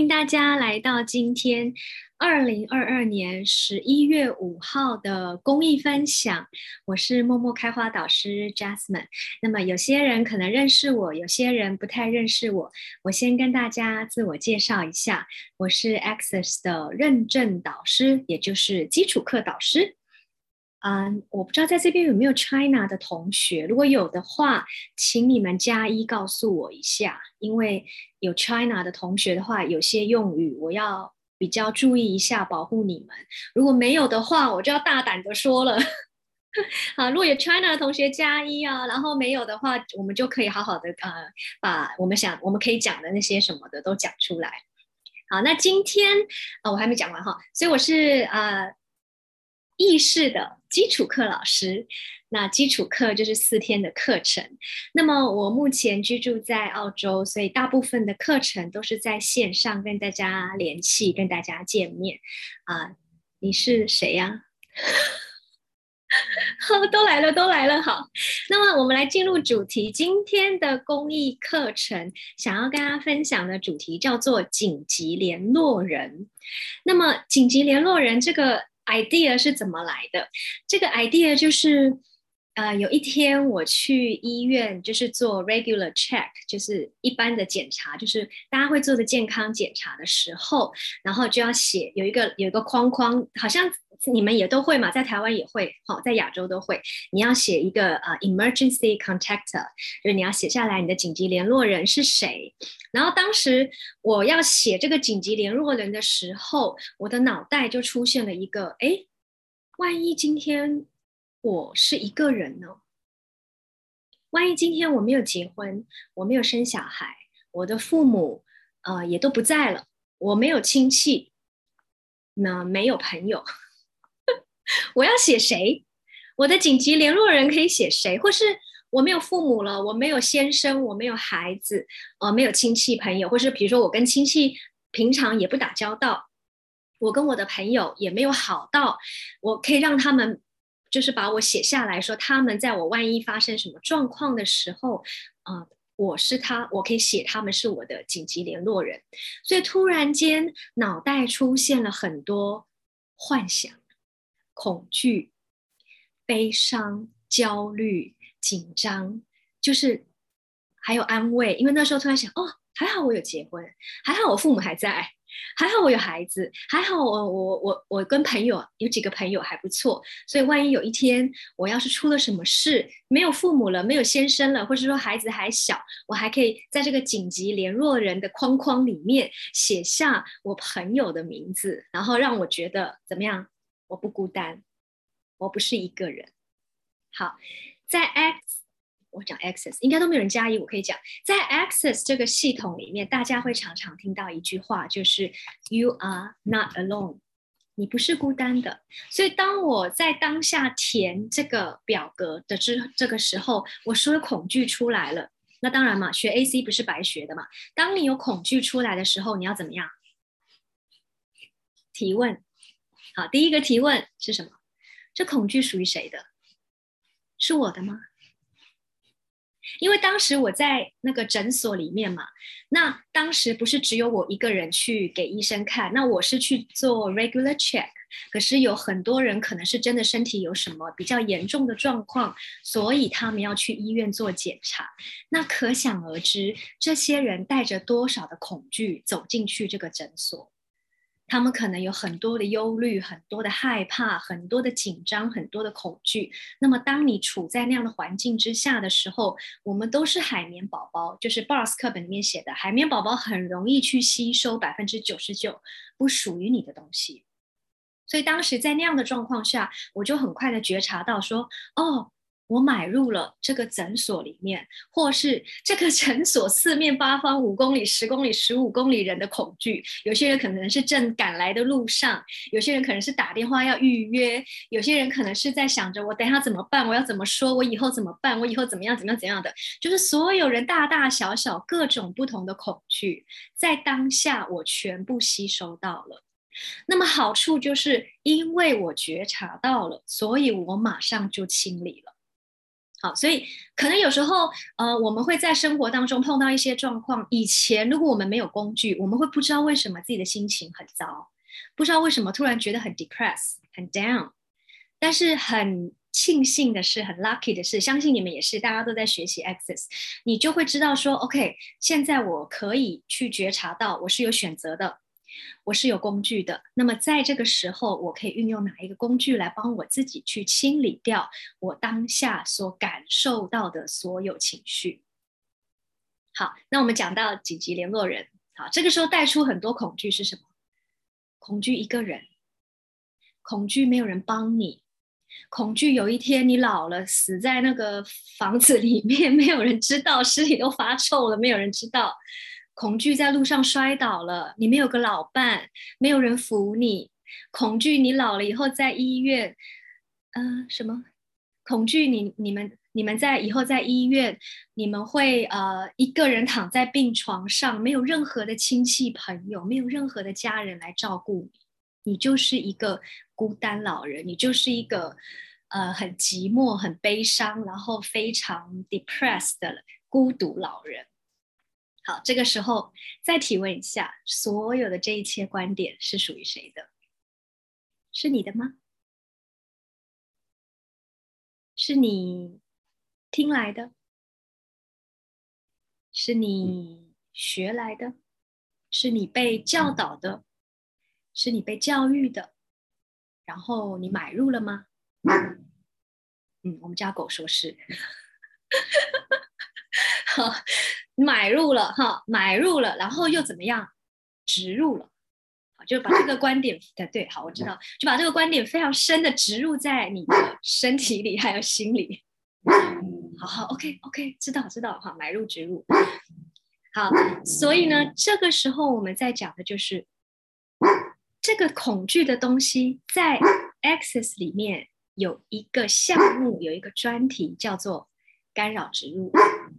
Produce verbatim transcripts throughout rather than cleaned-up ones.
大家来到今天二零二二年十一月五号的公益分享。我是默默开花导师 Jasmine。那么有些人可能认识我，有些人不太认识我。我先跟大家自我介绍一下，我是 Access 的认证导师，也就是基础课导师。嗯，我不知道在这边有没有 China 的同学，如果有的话，请你们加一告诉我一下，因为有 China 的同学的话，有些用语我要比较注意一下，保护你们。如果没有的话，我就要大胆的说了。好，如果有 China 的同学加一啊，然后没有的话，我们就可以好好的呃，把我们想我们可以讲的那些什么的都讲出来。好，那今天啊、呃，我还没讲完哈，所以我是呃意识的基础课老师。那基础课就是四天的课程。那么我目前居住在澳洲，所以大部分的课程都是在线上跟大家联系，跟大家见面。啊、呃，你是谁呀？都来了，都来了。好，那么我们来进入主题。今天的公益课程想要跟大家分享的主题叫做紧急联络人。那么紧急联络人这个 idea 是怎么来的？这个 idea 就是呃，有一天我去医院，就是做 regular check， 就是一般的检查，就是大家会做的健康检查的时候，然后就要写有一个有一个框框，好像你们也都会嘛，在台湾也会，好，在亚洲都会。你要写一个呃 emergency contactor， 就是你要写下来你的紧急联络人是谁。然后当时我要写这个紧急联络人的时候，我的脑袋就出现了一个，哎，万一今天我是一个人呢？万一今天我没有结婚，我没有生小孩，我的父母呃也都不在了，我没有亲戚，那没有朋友，我要写谁？我的紧急联络人可以写谁？或是我没有父母了，我没有先生，我没有孩子，呃，没有亲戚朋友，或是比如说我跟亲戚平常也不打交道，我跟我的朋友也没有好到，我可以让他们就是把我写下来说，他们在我万一发生什么状况的时候，呃，我是他，我可以写他们是我的紧急联络人。所以突然间脑袋出现了很多幻想、恐惧、悲伤、焦虑、紧张，就是还有安慰，因为那时候突然想，哦，还好我有结婚，还好我父母还在，还好我有孩子，还好我我我我跟朋友有几个朋友还不错，所以万一有一天我要是出了什么事，没有父母了，没有先生了，或者说孩子还小，我还可以在这个紧急联络人的框框里面写下我朋友的名字，然后让我觉得怎么样？我不孤单，我不是一个人。好，在 X， 我讲 Access 应该都没有人加一，我可以讲，在 Access 这个系统里面，大家会常常听到一句话，就是 You are not alone， 你不是孤单的。所以当我在当下填这个表格的之这个时候，我说恐惧出来了。那当然嘛，学 A C 不是白学的嘛。当你有恐惧出来的时候，你要怎么样？提问。好，第一个提问是什么？这恐惧属于谁的？是我的吗？因为当时我在那个诊所里面嘛，那当时不是只有我一个人去给医生看，那我是去做 regular check， 可是有很多人可能是真的身体有什么比较严重的状况，所以他们要去医院做检查。那可想而知，这些人带着多少的恐惧走进去这个诊所。他们可能有很多的忧虑，很多的害怕，很多的紧张，很多的恐惧。那么当你处在那样的环境之下的时候，我们都是海绵宝宝，就是 Bars 课本里面写的，海绵宝宝很容易去吸收百分之九十九不属于你的东西。所以当时在那样的状况下，我就很快的觉察到说，哦，我买入了这个诊所里面，或是这个诊所四面八方五公里、十公里、十五公里人的恐惧。有些人可能是正赶来的路上，有些人可能是打电话要预约，有些人可能是在想着我等一下怎么办，我要怎么说，我以后怎么办，我以后怎么样怎么样怎样的。就是所有人大大小小各种不同的恐惧，在当下我全部吸收到了。那么好处就是因为我觉察到了，所以我马上就清理了。 好，所以可能有时候，呃，我们会在生活当中碰到一些状况。以前如果我们没有工具，我们会不知道为什么自己的心情很糟，不知道为什么突然觉得很 depressed、很 down。但是很庆幸的是，很 lucky 的是，相信你们也是，大家都在学习 Access， 你就会知道说 ，OK， 现在我可以去觉察到我是有选择的，我是有工具的。那么在这个时候，我可以运用哪一个工具来帮我自己去清理掉我当下所感受到的所有情绪。好，那我们讲到紧急联络人，好，这个时候带出很多恐惧是什么？恐惧一个人，恐惧没有人帮你，恐惧有一天你老了，死在那个房子里面，没有人知道，尸体都发臭了，没有人知道。恐惧在路上摔倒了，你没有个老伴，没有人扶你。恐惧你老了以后在医院，呃，什么？恐惧你你们你们在以后在医院，你们会呃一个人躺在病床上，没有任何的亲戚朋友，没有任何的家人来照顾你，你就是一个孤单老人，你就是一个呃很寂寞、很悲伤，然后非常 depressed 的孤独老人。好，这个时候再提问一下，所有的这一切观点是属于谁的？是你的吗？是你听来的？是你学来的？是你被教导的？是你被教育的？然后你买入了吗？嗯，我们家狗说是。好，买入了哈，买入了，然后又怎么样？植入了。好，就把这个观点，对对，好，我知道，就把这个观点非常深的植入在你的身体里还有心里。好好 ，OK OK，知道知道，好，买入植入。好，所以呢，这个时候我们在讲的就是这个恐惧的东西，在 Access 里面有一个项目，有一个专题叫做干扰植入。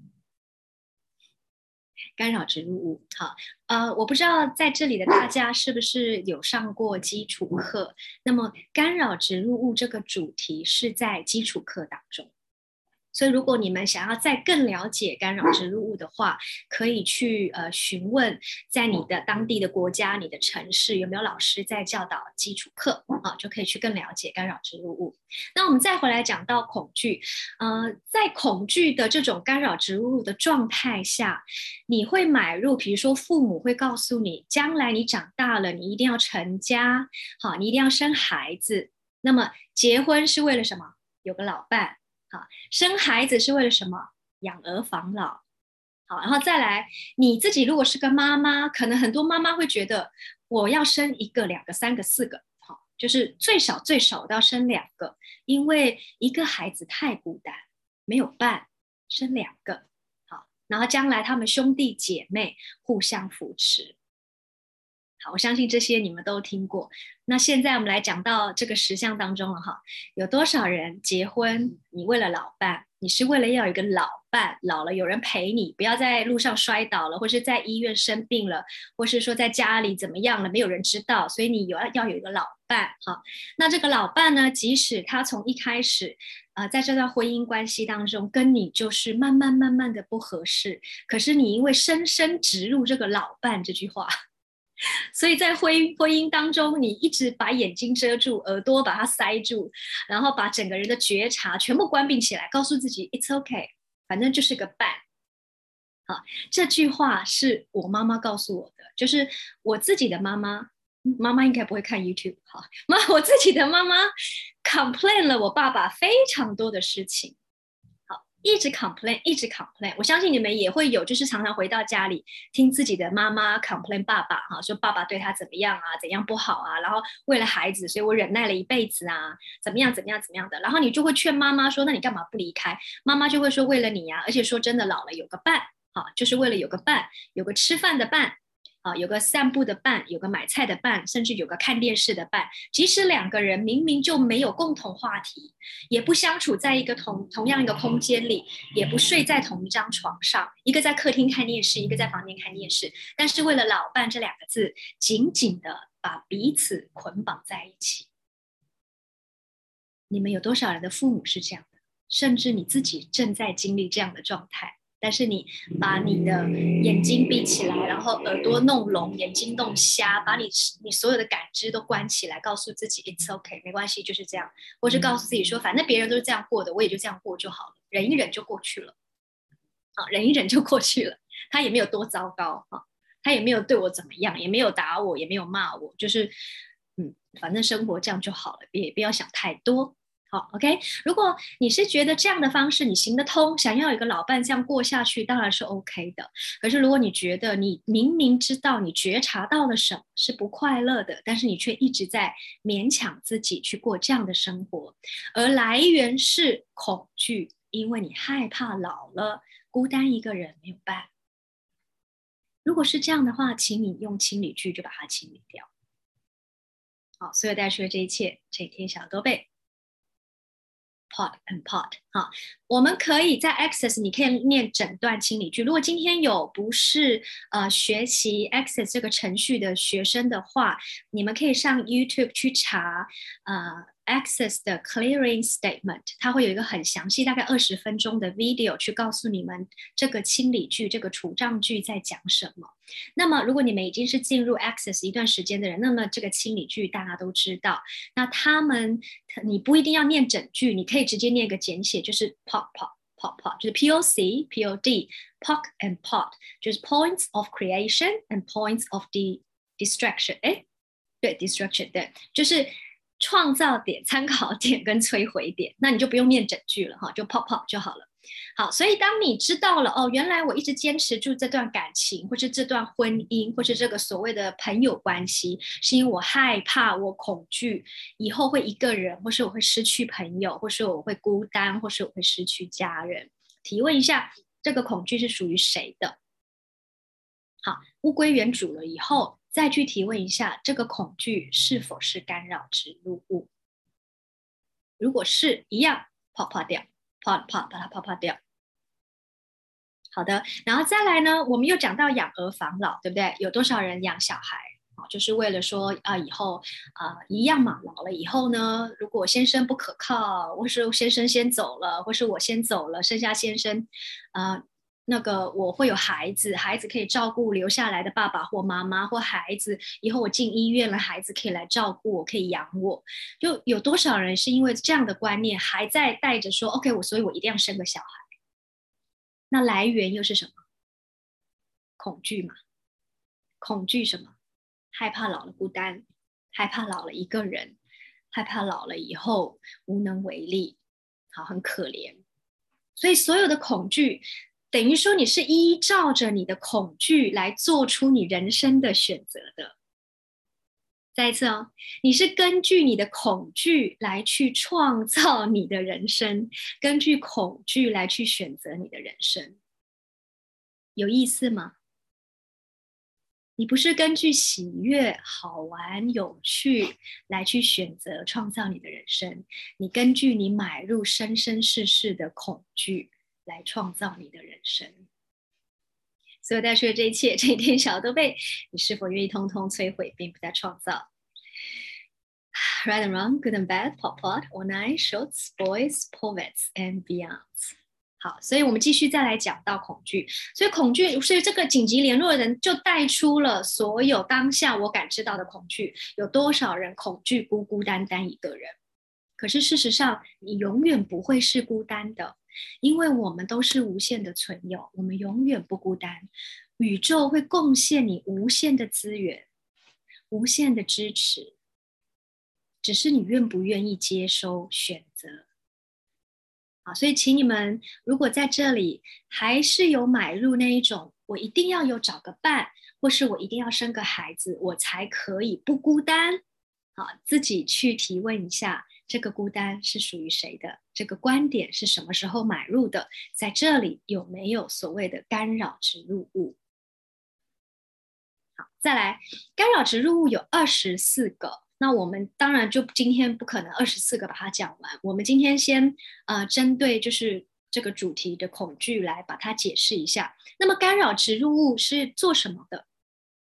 干扰植入物，好，呃，我不知道在这里的大家是不是有上过基础课？那么干扰植入物这个主题是在基础课当中。所以，如果你们想要再更了解干扰植入物的话，可以去呃询问，在你的当地的国家、你的城市有没有老师在教导基础课啊，就可以去更了解干扰植入物。那我们再回来讲到恐惧，呃，在恐惧的这种干扰植入物的状态下，你会买入，比如说父母会告诉你，将来你长大了，你一定要成家，好，你一定要生孩子。那么结婚是为了什么？有个老伴。好，生孩子是为了什么？养儿防老。好，然后再来，你自己如果是个妈妈，可能很多妈妈会觉得，我要生一个、两个、三个、四个，好，就是最少最少都要生两个，因为一个孩子太孤单，没有伴，生两个，好，然后将来他们兄弟姐妹互相扶持。好，我相信这些你们都听过。那现在我们来讲到这个实相当中了哈，有多少人结婚？你为了老伴，你是为了要有一个老伴，老了有人陪你，不要在路上摔倒了，或是在医院生病了，或是说在家里怎么样了，没有人知道，所以你有要有一个老伴哈。那这个老伴呢，即使他从一开始，呃，在这段婚姻关系当中跟你就是慢慢慢慢的不合适，可是你因为深深植入这个老伴这句话。所以在婚婚姻当中，你一直把眼睛遮住，耳朵把它塞住，然后把整个人的觉察全部关闭起来，告诉自己 "It's okay"， 反正就是个伴。好，这句话是我妈妈告诉我的，就是我自己的妈妈，妈妈应该不会看 YouTube， 好，妈，我自己的妈妈 complain 了我爸爸非常多的事情。一直 complain， 一直 complain， 我相信你们也会有，就是常常回到家里听自己的妈妈 complain 爸爸哈，说爸爸对他怎么样啊，怎样不好啊，然后为了孩子，所以我忍耐了一辈子啊，怎么样怎么样怎么样的，然后你就会劝妈妈说，那你干嘛不离开？妈妈就会说为了你呀、啊，而且说真的，老了有个伴，好，就是为了有个伴，有个吃饭的伴。啊，有个散步的伴，有个买菜的伴，甚至有个看电视的伴。即使两个人明明就没有共同话题，也不相处在一个同同样一个空间里，也不睡在同一张床上，一个在客厅看电视，一个在房间看电视，但是为了老伴这两个字，紧紧的把彼此捆绑在一起。你们有多少人的父母是这样的？ 甚至你自己正在经历这样的状态，但是你把你的眼睛闭起来，然后耳朵弄聋，眼睛弄瞎，把你你所有的感知都关起来，告诉自己 it's okay 没关系，就是这样，或是告诉自己说反正别人都是这样过的，我也就这样过就好了，忍一忍就过去了，啊，忍一忍就过去了，他也没有多糟糕啊，他也没有对我怎么样，也没有打我，也没有骂我，就是嗯，反正生活这样就好了，也不要想太多。好 ，OK。如果你是觉得这样的方式你行得通，想要有一个老伴这样过下去，当然是 OK 的。可是如果你觉得你明明知道你觉察到了什么是不快乐的，但是你却一直在勉强自己去过这样的生活，而来源是恐惧，因为你害怕老了孤单一个人没有伴。如果是这样的话，请你用清理句就把它清理掉。好，所有带出的这一切，这一天小多倍。Pot and pot， 好，我们可以在 Access， 你可以念整段清理句。如果今天有不是呃学习 Access 这个程序的学生的话，你们可以上 YouTube 去查呃 Access 的 Clearing Statement， 它会有一个很详细，大概二十分钟的 video 去告诉你们这个清理句、这个除障句在讲什么。那么，如果你们已经是进入 Access 一段时间的人，那么这个清理句大家都知道。那他们，你不一定要念整句，你可以直接念一个简写，就是 P O C P O C P O C P O C， 就是 P O C P O D P O C and P O C， 就是 Points of Creation and Points of the Distraction。哎，对 ，Distraction， 对，就是创造点、参考点跟摧毁点。那你就不用念整句了哈，就 P O C P O C 就好了。好，所以当你知道了哦，原来我一直坚持住这段感情，或是这段婚姻，或是这个所谓的朋友关系，是因为我害怕，我恐惧以后会一个人，或是我会失去朋友，或是我会孤单，或是我会失去家人。提问一下，这个恐惧是属于谁的？好，物归原主了以后，再去提问一下，这个恐惧是否是干扰植入物？如果是一样，泡泡掉。泡泡把它泡泡掉。好的，然后再来呢，我们又讲到养儿防老，对不对？有多少人养小孩啊？就是为了说啊，以后啊一样嘛，老了以后呢，如果先生不可靠，或是先生先走了，或是我先走了，剩下先生，啊。那个我会有孩子，孩子可以照顾留下来的爸爸或妈妈，或孩子以后我进医院了，孩子可以来照顾我，可以养我。就有多少人是因为这样的观念，还在带着说 ，OK， 我所以我一定要生个小孩。那来源又是什么？恐惧嘛？恐惧什么？害怕老了孤单，害怕老了一个人，害怕老了以后无能为力，好，很可怜。所以所有的恐惧。等于说你是依照着你的恐惧来做出你人生的选择的。再一次哦，你是根据你的恐惧来去创造你的人生，根据恐惧来去选择你的人生，有意思吗？你不是根据喜悦、好玩、有趣来去选择创造你的人生，你根据你买入生生世世的恐惧来创造你的人生。所有带出的这一切，这一天小都被你是否愿意通通摧毁，并不再创造 ？Right and wrong, good and bad, pop pot, or nine shorts, boys, poets, and beyonds。好，所以我们继续再来讲到恐惧。所以恐惧，所以这个紧急联络的人就带出了所有当下我感知到的恐惧。有多少人恐惧孤孤单单一个人？可是事实上，你永远不会是孤单的。因为我们都是无限的存有，我们永远不孤单。宇宙会贡献你无限的资源，无限的支持，只是你愿不愿意接收、选择。好，所以请你们，如果在这里还是有买入那一种，我一定要有找个伴，或是我一定要生个孩子，我才可以不孤单。好，自己去提问一下。这个孤单是属于谁的？这个观点是什么时候买入的？在这里有没有所谓的干扰植入物？好，再来，干扰植入物有二十四个。那我们当然就今天不可能二十四个把它讲完。我们今天先呃针对就是这个主题的恐惧来把它解释一下。那么干扰植入物是做什么的？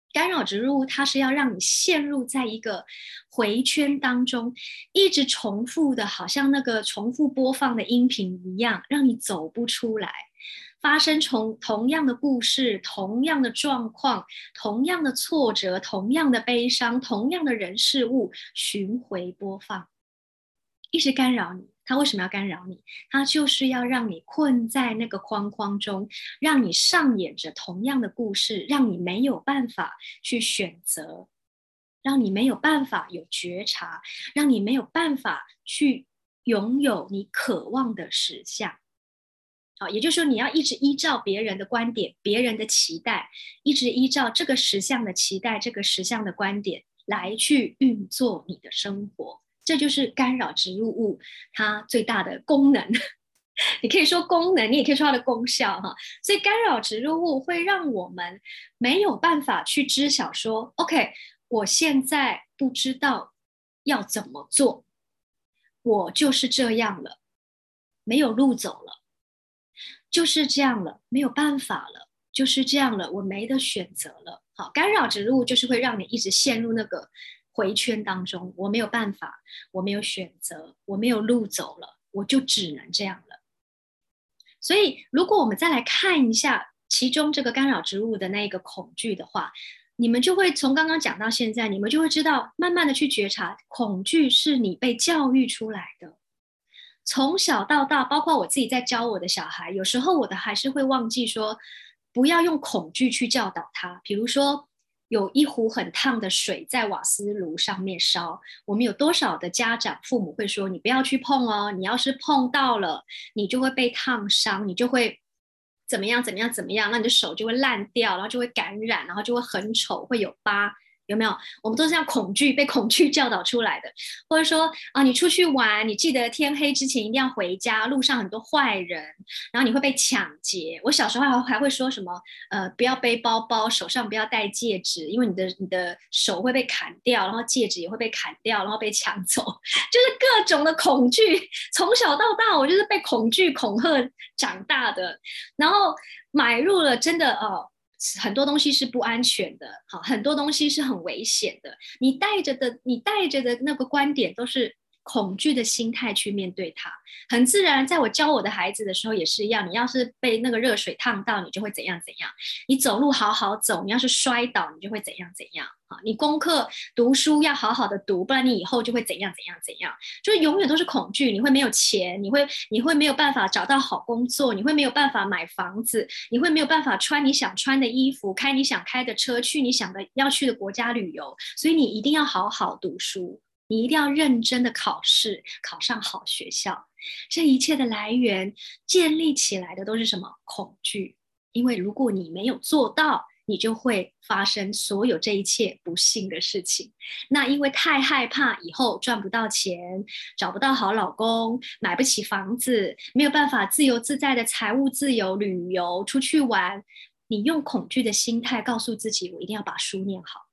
干扰植入物它是要让你陷入在一个回圈当中，一直重复的，好像那个重复播放的音频一样，让你走不出来。发生同同样的故事，同样的状况，同样的挫折，同样的悲伤，同样的人事物，巡回播放，一直干扰你。它为什么要干扰你？它就是要让你困在那个框框中，让你上演着同样的故事，让你没有办法去选择，让你没有办法有觉察，让你没有办法去拥有你渴望的实相。好，也就是说，你要一直依照别人的观点、别人的期待，一直依照这个实相的期待、这个实相的观点来去运作你的生活。这就是干扰植入物它最大的功能。你可以说功能，你也可以说它的功效哈。所以干扰植入物会让我们没有办法去知晓说 ，OK， 我现在不知道要怎么做，我就是这样了，没有路走了，就是这样了，没有办法了，就是这样了，我没得选择了。好，干扰植入物就是会让你一直陷入那个回圈当中，我没有办法，我没有选择，我没有路走了，我就只能这样了。所以，如果我们再来看一下其中这个干扰植入物的那个恐惧的话，你们就会从刚刚讲到现在，你们就会知道，慢慢的去觉察，恐惧是你被教育出来的。从小到大，包括我自己在教我的小孩，有时候我的还是会忘记说，不要用恐惧去教导他。比如说，有一壶很烫的水在瓦斯炉上面烧，我们有多少的家长、父母会说，你不要去碰哦，你要是碰到了，你就会被烫伤，你就会怎么样怎么样怎么样，那你的手就会烂掉，然后就会感染，然后就会很丑，会有疤。有没有？我们都是这样恐惧，被恐惧教导出来的。或者说啊，你出去玩，你记得天黑之前一定要回家，路上很多坏人，然后你会被抢劫。我小时候还还会说什么，呃，不要背包包，手上不要戴戒指，因为你的你的手会被砍掉，然后戒指也会被砍掉，然后被抢走，就是各种的恐惧。从小到大，我就是被恐惧恐吓长大的，然后买入了真的哦。很多东西是不安全的，好，很多东西是很危险的。你带着的，你带着的那个观点都是恐惧的心态去面对它，很自然。在我教我的孩子的时候也是一样，你要是被那个热水烫到，你就会怎样怎样；你走路好好走，你要是摔倒，你就会怎样怎样。啊，你功课读书要好好的读，不然你以后就会怎样怎样怎样，就是永远都是恐惧。你会没有钱，你会你会没有办法找到好工作，你会没有办法买房子，你会没有办法穿你想穿的衣服，开你想开的车，去你想的要去的国家旅游。所以你一定要好好读书，你一定要认真的考试，考上好学校。这一切的来源建立起来的都是什么？恐惧。因为如果你没有做到，你就会发生所有这一切不幸的事情。那因为太害怕以后赚不到钱，找不到好老公，买不起房子，没有办法自由自在的财务自由、旅游、出去玩，你用恐惧的心态告诉自己，我一定要把书念好。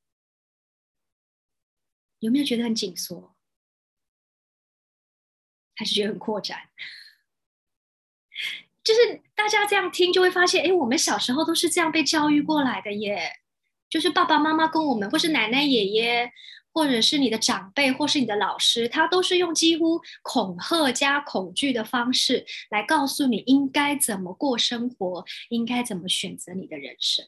有没有觉得很紧缩？还是觉得很扩展？就是大家这样听就会发现，哎，我们小时候都是这样被教育过来的耶。就是爸爸妈妈跟我们，或是奶奶爷爷，或者是你的长辈，或是你的老师，他都是用几乎恐吓加恐惧的方式来告诉你应该怎么过生活，应该怎么选择你的人生。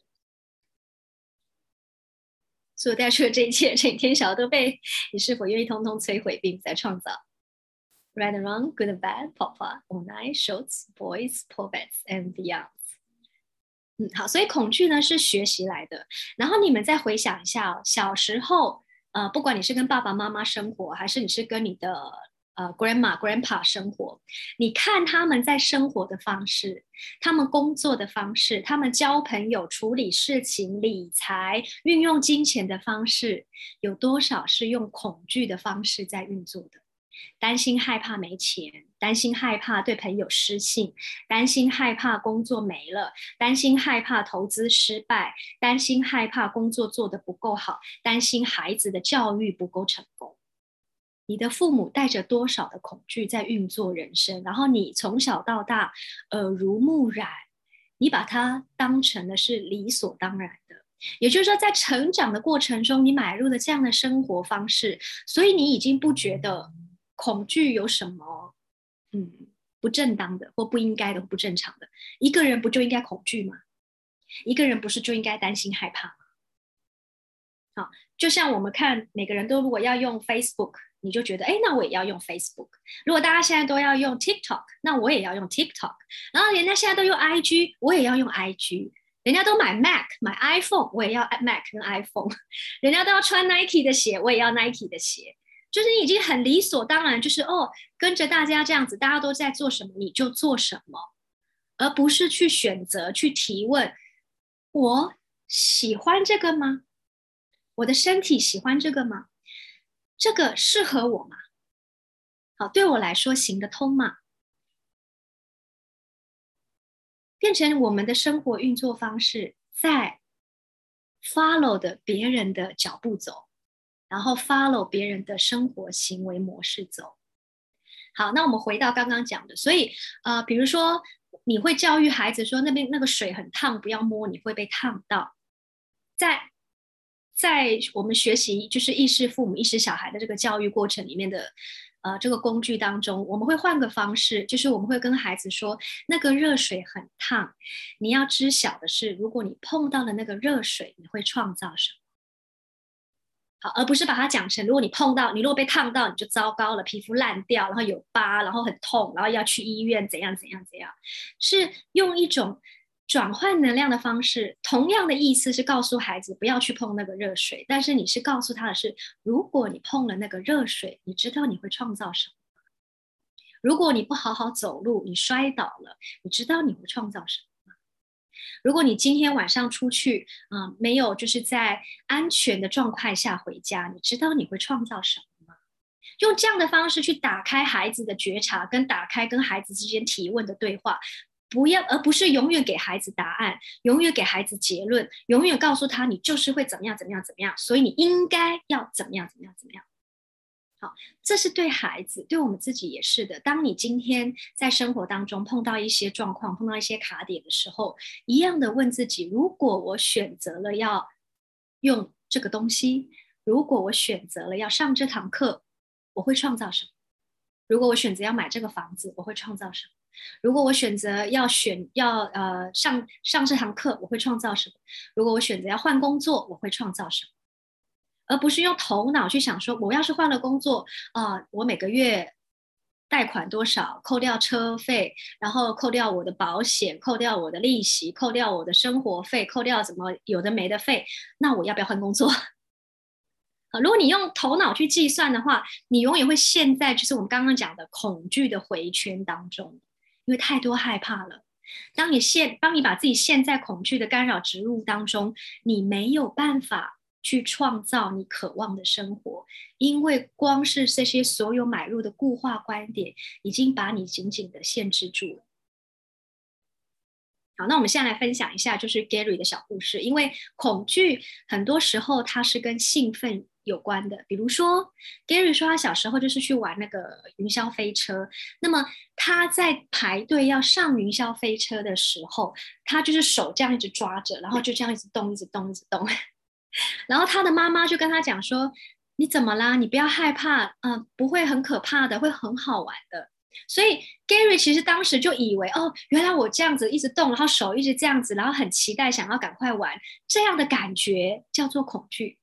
所以我带出的这一切，这一天晓得都被你是否愿意通通摧毁，并再创造。Right and wrong, good and bad, Papa, all night, shorts, boys, poets, and beyond. 嗯，好，所以恐惧呢是学习来的。然后你们再回想一下哦，小时候，呃，不管你是跟爸爸妈妈生活，还是你是跟你的呃 grandma、grandpa 生活，你看他们在生活的方式，他们工作的方式，他们交朋友、处理事情、理财、运用金钱的方式，有多少是用恐惧的方式在运作的？担心害怕没钱，担心害怕对朋友失信，担心害怕工作没了，担心害怕投资失败，担心害怕工作做得不够好，担心孩子的教育不够成功。你的父母带着多少的恐惧在运作人生，然后你从小到大耳濡目染，你把它当成的是理所当然的。 也就是说，在成长的过程中，你买入了这样的生活方式，所以你已经不觉得恐惧有什么嗯不正当的或不应该的或不正常的。一个人不就应该恐惧吗？一个人不是就应该担心害怕吗？好，就像我们看每个人都如果要用 Facebook， 你就觉得，哎，那我也要用 Facebook。如果大家现在都要用 TikTok， 那我也要用 TikTok。然后人家现在都用 I G， 我也要用 I G。人家都买 Mac 买 iPhone， 我也要 Mac 跟 iPhone。人家都要穿 Nike 的鞋，我也要 Nike 的鞋。就是你已经很理所当然，就是哦，跟着大家这样子，大家都在做什么，你就做什么，而不是去选择去提问：我喜欢这个吗？我的身体喜欢这个吗？这个适合我吗？好，对我来说行得通吗？变成我们的生活运作方式，在 follow 的别人的脚步走，然后 follow 别人的生活行为模式走。好，那我们回到刚刚讲的，所以呃，比如说你会教育孩子说那边那个水很烫，不要摸，你会被烫到。在在我们学习就是意识父母、意识小孩的这个教育过程里面的呃这个工具当中，我们会换个方式，就是我们会跟孩子说，那个热水很烫，你要知晓的是，如果你碰到了那个热水，你会创造什么？好，而不是把它讲成，如果你碰到，你如果被烫到，你就糟糕了，皮肤烂掉，然后有疤，然后很痛，然后要去医院，怎样怎样怎样，是用一种转换能量的方式，同样的意思是告诉孩子不要去碰那个热水，但是你是告诉他的是，如果你碰了那个热水，你知道你会创造什么？如果你不好好走路，你摔倒了，你知道你会创造什么？如果你今天晚上出去啊、呃，没有就是在安全的状态下回家，你知道你会创造什么吗？用这样的方式去打开孩子的觉察，跟打开跟孩子之间提问的对话，不要，而不是永远给孩子答案，永远给孩子结论，永远告诉他你就是会怎么样怎么样怎么样，所以你应该要怎么样怎么样怎么样。好，这是对孩子，对我们自己也是的。当你今天在生活当中碰到一些状况，碰到一些卡点的时候，一样的问自己：如果我选择了要用这个东西，如果我选择了要上这堂课，我会创造什么？如果我选择要买这个房子，我会创造什么？如果我选择要选要呃上上这堂课，我会创造什么？如果我选择要换工作，我会创造什么？而不是用头脑去想说，我要是换了工作啊、呃，我每个月贷款多少，扣掉车费，然后扣掉我的保险，扣掉我的利息，扣掉我的生活费，扣掉什么有的没的费，那我要不要换工作？如果你用头脑去计算的话，你永远会陷在就是我们刚刚讲的恐惧的回圈当中，因为太多害怕了。当你陷，当你把自己陷在恐惧的干扰植入当中，你没有办法去创造你渴望的生活，因为光是这些所有买入的固化观点，已经把你紧紧的限制住了。好，那我们现在来分享一下，就是 Gary 的小故事。因为恐惧很多时候它是跟兴奋有关的。比如说 ，Gary 说他小时候就是去玩那个云霄飞车，那么他在排队要上云霄飞车的时候，他就是手这样一直抓着，然后就这样一直动，一直动，一直动。然后他的妈妈就跟他讲说：“你怎么啦？你不要害怕，嗯、呃，不会很可怕的，会很好玩的。”所以 Gary 其实当时就以为，哦，原来我这样子一直动，然后手一直这样子，然后很期待想要赶快玩，这样的感觉叫做恐惧。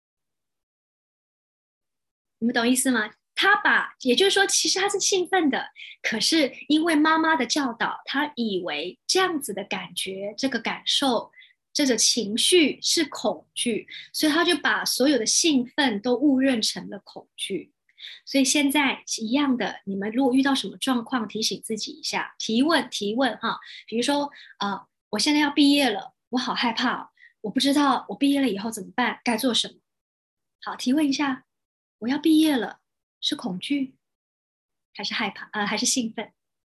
你们懂意思吗？他把，也就是说，其实他是兴奋的，可是因为妈妈的教导，他以为这样子的感觉，这个感受，这个情绪是恐惧，所以他就把所有的兴奋都误认成了恐惧。所以现在一样的，你们如果遇到什么状况，提醒自己一下，提问提问哈。比如说，呃，我现在要毕业了，我好害怕哦，我不知道我毕业了以后怎么办，该做什么？好，提问一下，我要毕业了，是恐惧还是害怕？呃，还是兴奋？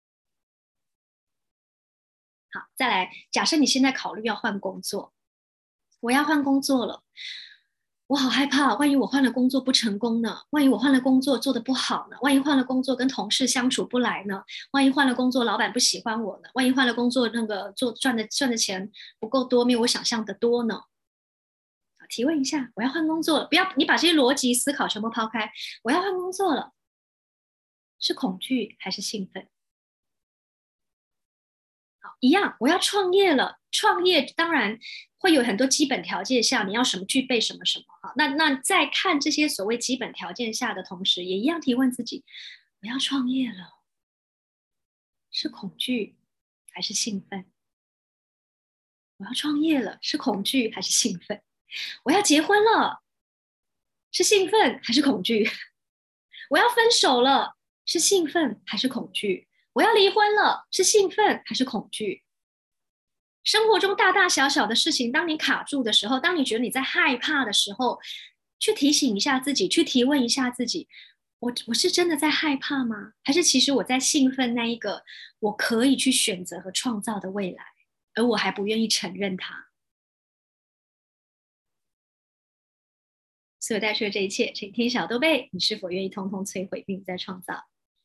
好，再来，假设你现在考虑要换工作，我要换工作了，我好害怕，万一我换了工作不成功呢？万一我换了工作做得不好呢？万一换了工作跟同事相处不来呢？万一换了工作老板不喜欢我呢？万一换了工作那个做赚的赚的钱不够多，没有我想象的多呢？ 提问一下，我要换工作了，不要你把这些逻辑思考全部抛开，我要换工作了，是恐惧还是兴奋？好，一样，我要创业了，创业当然会有很多基本条件下，你要什么具备什么什么。好，那那在看这些所谓基本条件下的同时，也一样提问自己，我要创业了，是恐惧还是兴奋？我要创业了，是恐惧还是兴奋？我要结婚了，是兴奋还是恐惧？我要分手了，是兴奋还是恐惧？我要离婚了，是兴奋还是恐惧？生活中大大小小的事情，当你卡住的时候，当你觉得你在害怕的时候，去提醒一下自己，去提问一下自己：我我是真的在害怕吗？还是其实我在兴奋那一个我可以去选择和创造的未来，而我还不愿意承认它？所有带出的这一切，请听小豆贝，你是否愿意通通摧毁并再创造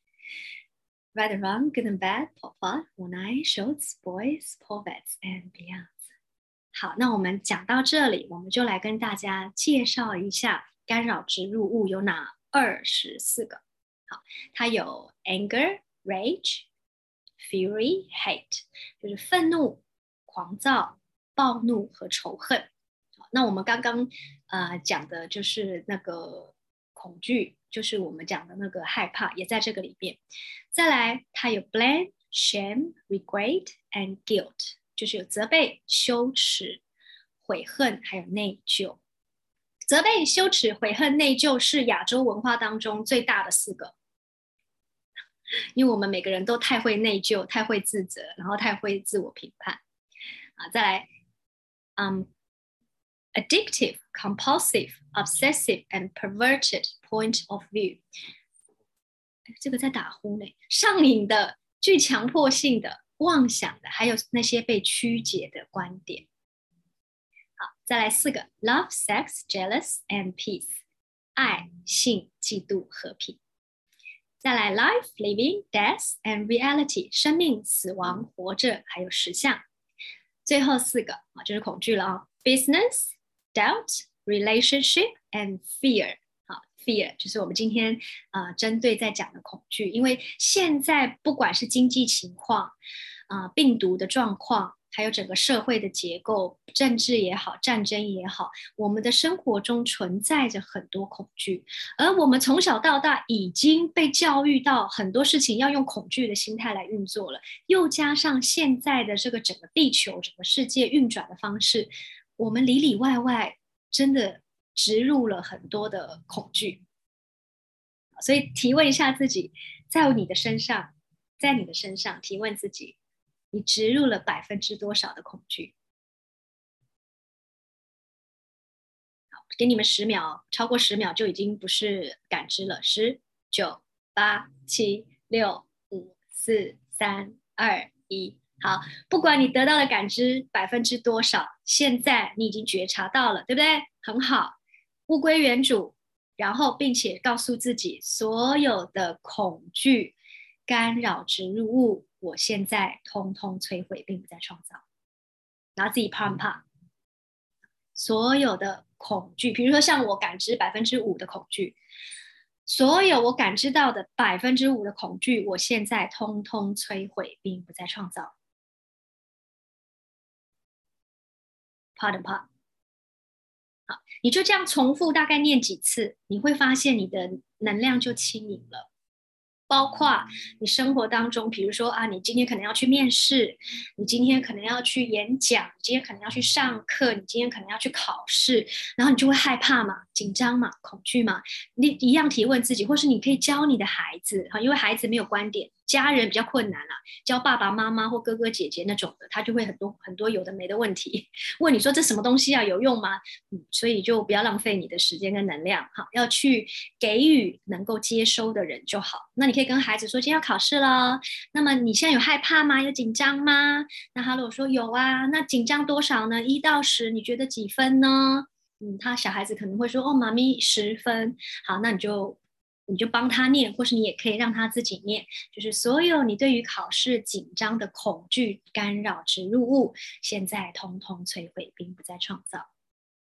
？Right and wrong, good and bad, pop up, one eye, shorts, boys, poets and beyond。好，那我们讲到这里，我们就来跟大家介绍一下干扰植入物有哪二十四个。好，它有 anger, rage, fury, hate， 就是愤怒、狂躁、暴怒和仇恨。那我们刚刚呃讲的就是那个恐惧，就是我们讲的那个害怕，也在这个里面。再来，它有 blame, shame, regret and guilt， 就是有责备、羞耻、悔恨，还有内疚。责备、羞耻、悔恨、内疚是亚洲文化当中最大的四个，因为我们每个人都太会内疚、太会自责，然后太会自我评判。啊，再来，嗯。Addictive, compulsive, obsessive, and perverted point of view。这个在打呼呢。上瘾的、具强迫性的、妄想的，还有那些被曲解的观点。好，再来四个 ：love, sex, jealous, and peace。爱、性、嫉妒、和平。再来 life, living, death, and reality。生命、死亡、活着，还有实相。最后四个啊，就是恐惧了啊 ：business。Doubt, relationship, and fear。好 ，fear 就是我们今天啊、呃、针对在讲的恐惧，因为现在不管是经济情况、啊、呃、病毒的状况，还有整个社会的结构、政治也好、战争也好，我们的生活中存在着很多恐惧，而我们从小到大已经被教育到很多事情要用恐惧的心态来运作了，又加上现在的这个整个地球、整个世界运转的方式。我们里里外外真的植入了很多的恐惧，所以提问一下自己，在你的身上，在你的身上提问自己，你植入了百分之多少的恐惧？好，给你们十秒，超过十秒就已经不是感知了。十、九、八、七、六、五、四、三、二、一。好，不管你得到的感知百分之多少，现在你已经觉察到了，对不对？很好，物归原主，然后并且告诉自己，所有的恐惧、干扰植入物，我现在通通摧毁，并不再创造。然后自己怕不怕？所有的恐惧，比如说像我感知百分之五的恐惧，所有我感知到的百分之五的恐惧，我现在通通摧毁，并不再创造。怕的怕，好，你就这样重复大概念几次，你会发现你的能量就轻盈了。包括你生活当中，比如说啊，你今天可能要去面试，你今天可能要去演讲，你今天可能要去上课，你今天可能要去考试，然后你就会害怕嘛、紧张嘛、恐惧嘛，你一样提问自己，或是你可以教你的孩子，因为孩子没有观点，家人比较困难啦，教爸爸妈妈或哥哥姐姐那种的，他就会很多很多有的没的问题，问你说这什么东西啊，有用吗？嗯，所以就不要浪费你的时间跟能量，好，要去给予能够接收的人就好。那你可以跟孩子说，今天要考试了，那么你现在有害怕吗？有紧张吗？那他如果说有啊，那紧张多少呢？一到十，你觉得几分呢？嗯，他小孩子可能会说，哦，妈咪十分。好，那你就你就帮他念，或是你也可以让他自己念，就是所有你对于考试紧张的恐惧、干扰、植入物，现在通通摧毁，并不再创造。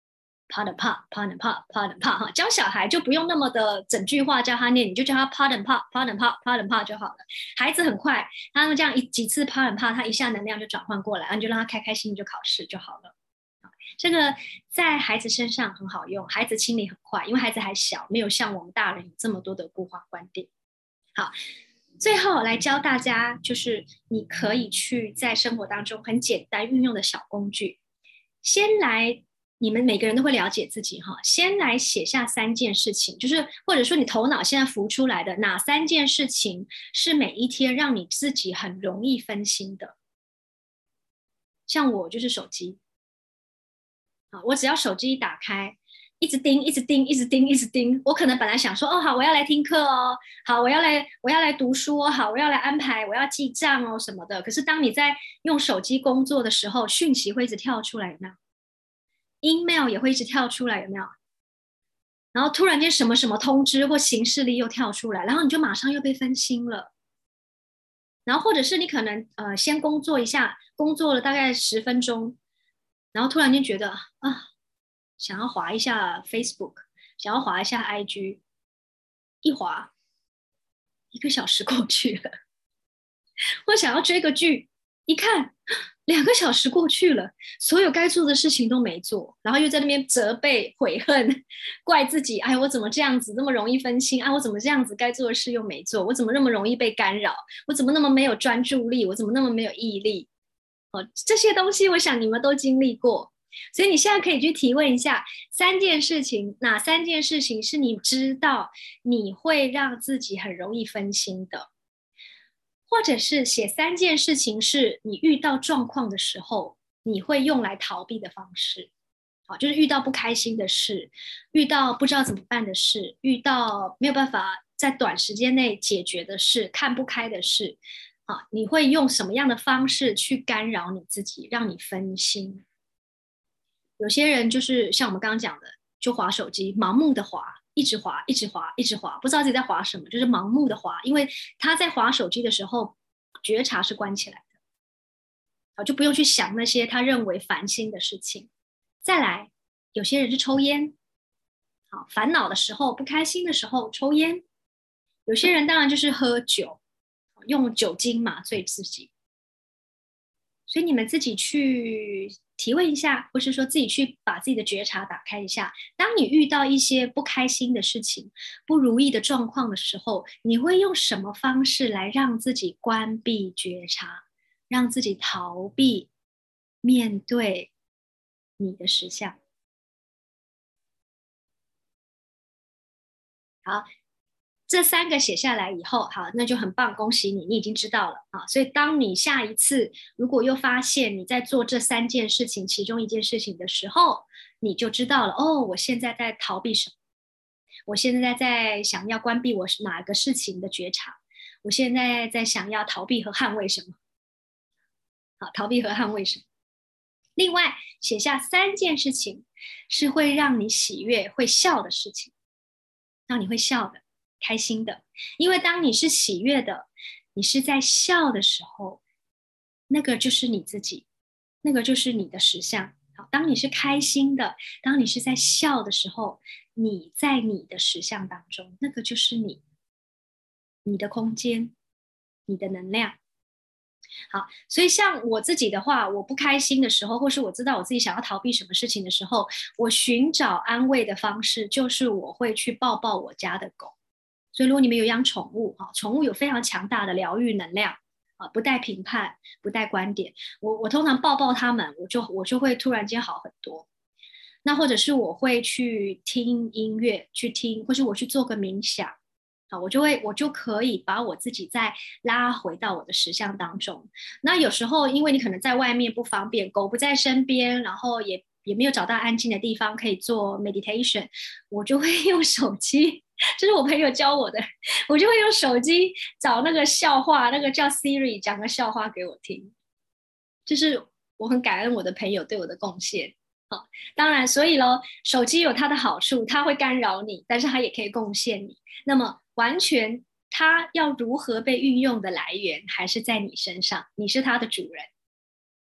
，pot and pot，pot and pot，pot and pot 哈。教小孩就不用那么的整句话教他念，你就叫他 pot and pot，pot and pot，pot and pot 就好了。孩子很快，他们这样一几次 pot and pot，他一下能量就转换过来，你就让他开开心心就考试就好了。这个在孩子身上很好用，孩子清理很快，因为孩子还小，没有像我们大人有这么多的固化观点。好。最后来教大家，就是你可以去在生活当中很简单运用的小工具。先来，你们每个人都会了解自己哈。先来写下三件事情，就是或者说你头脑现在浮出来的哪三件事情是每一天让你自己很容易分心的。像我就是手机，啊，我只要手机一打开。一直盯，一直盯，一直盯，一直盯。我可能本来想说，哦，好，我要来听课哦，好，我要来，我要来读书哦，好，我要来安排，我要记账哦什么的。可是当你在用手机工作的时候，讯息会一直跳出来，有没有 ？email 也会一直跳出来，有没有？然后突然间什么什么通知或行事历又跳出来，然后你就马上又被分心了。然后或者是你可能呃先工作一下，工作了大概十分钟，然后突然间觉得啊。想要滑一下 Facebook， 想要滑一下 I G， 一滑一个小时过去了。或想要追个剧，一看两个小时过去了，所有该做的事情都没做，然后又在那边责备、悔恨、怪自己，哎，我怎么这样子那么容易分心啊？我怎么这样子该做的事又没做？我怎么那么容易被干扰？我怎么那么没有专注力？我怎么那么没有毅力？哦，这些东西我想你们都经历过。所以你现在可以去提问一下，三件事情，哪三件事情是你知道你会让自己很容易分心的？或者是写三件事情是你遇到状况的时候，你会用来逃避的方式。好，就是遇到不开心的事，遇到不知道怎么办的事，遇到没有办法在短时间内解决的事，看不开的事，好，你会用什么样的方式去干扰你自己，让你分心？有些人就是像我们刚刚讲的，就滑手机，盲目的滑，一直滑，一直滑，一直滑，不知道自己在滑什么，就是盲目的滑，因为他在滑手机的时候，觉察是关起来的，好，就不用去想那些他认为烦心的事情。再来，有些人是抽烟，好，烦恼的时候、不开心的时候抽烟。有些人当然就是喝酒，用酒精麻醉自己。所以你们自己去提问一下，或是说自己去把自己的觉察打开一下。当你遇到一些不开心的事情、不如意的状况的时候，你会用什么方式来让自己关闭觉察，让自己逃避面对你的实相？好。这三个写下来以后，好，那就很棒，恭喜你，你已经知道了啊。所以，当你下一次如果又发现你在做这三件事情其中一件事情的时候，你就知道了哦，我现在在逃避什么？我现在在想要关闭我哪个事情的觉察？我现在在想要逃避和捍卫什么？好，逃避和捍卫什么？另外，写下三件事情是会让你喜悦、会笑的事情，让你会笑的。开心的，因为当你是喜悦的，你是在笑的时候，那个就是你自己，那个就是你的实相。好，当你是开心的，当你是在笑的时候，你在你的实相当中，那个就是你，你的空间，你的能量。好，所以像我自己的话，我不开心的时候，或是我知道我自己想要逃避什么事情的时候，我寻找安慰的方式就是我会去抱抱我家的狗。所以如果你们有养宠物，哈，宠物有非常强大的疗愈能量啊，不带评判，不带观点。我我通常抱抱它们，我就我就会突然间好很多。那或者是我会去听音乐，去听，或是我去做个冥想。啊，我就会，我就可以把我自己再拉回到我的实相当中。那有时候，因为你可能在外面不方便，狗不在身边，然后也也没有找到安静的地方可以做 meditation，我就会用手机，这是我朋友教我的，我就会用手机找那个笑话，那个叫 Siri 讲个笑话给我听。就是我很感恩我的朋友对我的贡献。好，当然，所以咯，手机有它的好处，它会干扰你，但是它也可以贡献你。那么，完全它要如何被运用的来源，还是在你身上，你是它的主人。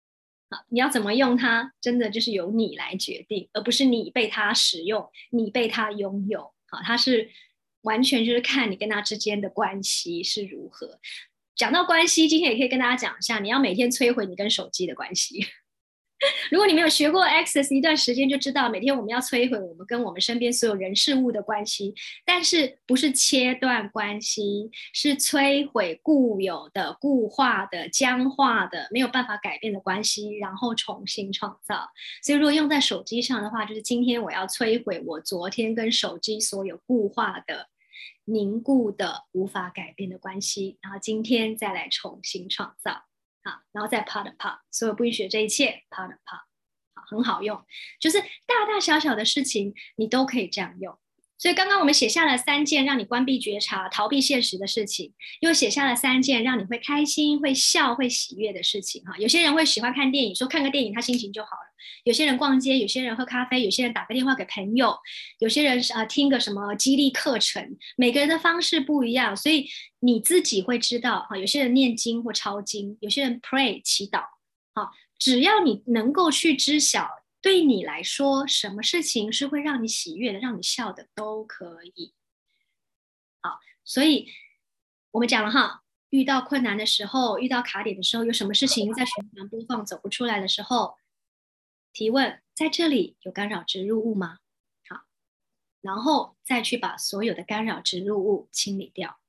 好，你要怎么用它，真的就是由你来决定，而不是你被它使用，你被它拥有。好，它是完全就是看你跟它之间的关系是如何。讲到关系，今天也可以跟大家讲一下，你要每天摧毁你跟手机的关系。如果你没有学过 Access 一段时间，就知道每天我们要摧毁我们跟我们身边所有人事物的关系，但是不是切断关系，是摧毁固有的、固化的、僵化的、没有办法改变的关系，然后重新创造。所以如果用在手机上的话，就是今天我要摧毁我昨天跟手机所有固化的、凝固的、无法改变的关系，然后今天再来重新创造。好，然后再 part part， 所有不允许的这一切 part part， 好，很好用，就是大大小小的事情你都可以这样用。所以刚刚我们写下了三件让你关闭觉察、逃避现实的事情，又写下了三件让你会开心、会笑、会喜悦的事情。哈，有些人会喜欢看电影，说看个电影他心情就好了；有些人逛街，有些人喝咖啡，有些人打个电话给朋友，有些人呃听个什么激励课程。每个人的方式不一样，所以你自己会知道。哈，有些人念经或抄经，有些人 pray 祈祷。好，只要你能够去知晓。对你来说，什么事情是会让你喜悦的、让你笑的，都可以。好，所以我们讲了哈，遇到困难的时候，遇到卡点的时候，有什么事情在循环播放走不出来的时候，提问：在这里有干扰植入物吗？好，然后再去把所有的干扰植入物清理掉。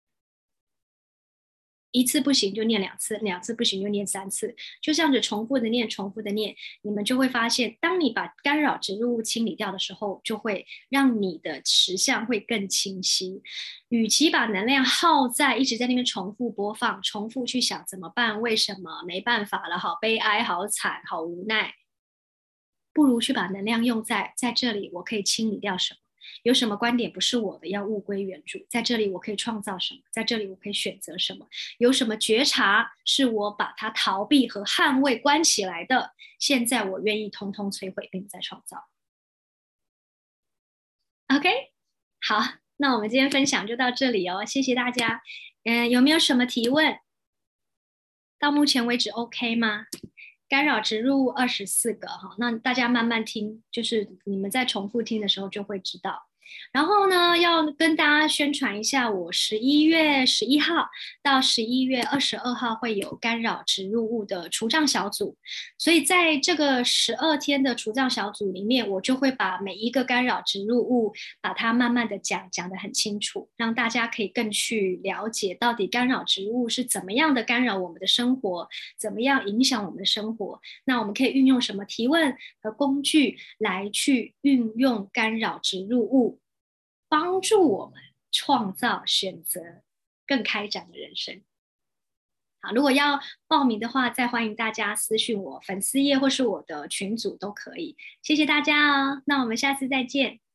一次不行就念两次，两次不行就念三次，就这样子重复的念，重复的念，你们就会发现，当你把干扰植入物清理掉的时候，就会让你的实相会更清晰。与其把能量耗在一直在那边重复播放，重复去想怎么办，为什么没办法了，好悲哀，好惨，好无奈，不如去把能量用在在这里，我可以清理掉什么。有什么观点不是我的，要物归原主。在这里我可以创造什么，在这里我可以选择什么。有什么觉察是我把它逃避和捍卫关起来的，现在我愿意通通摧毁并再创造。 OK， 好，那我们今天分享就到这里哦，谢谢大家。嗯，有没有什么提问？到目前为止 OK 吗？干扰植入物二十四个哈，那大家慢慢听，就是你们在重复听的时候就会知道。然后呢，要跟大家宣传一下，我十一月十一号到十一月二十二号会有干扰植入物的除障小组，所以在这个十二天的除障小组里面，我就会把每一个干扰植入物，把它慢慢的讲，讲得很清楚，让大家可以更去了解到底干扰植物是怎么样的干扰我们的生活，怎么样影响我们的生活。那我们可以运用什么提问和工具来去运用干扰植入物，帮助我们创造选择更开展的人生。好，如果要报名的话，再欢迎大家私讯我粉丝页或是我的群组都可以。谢谢大家哦，那我们下次再见。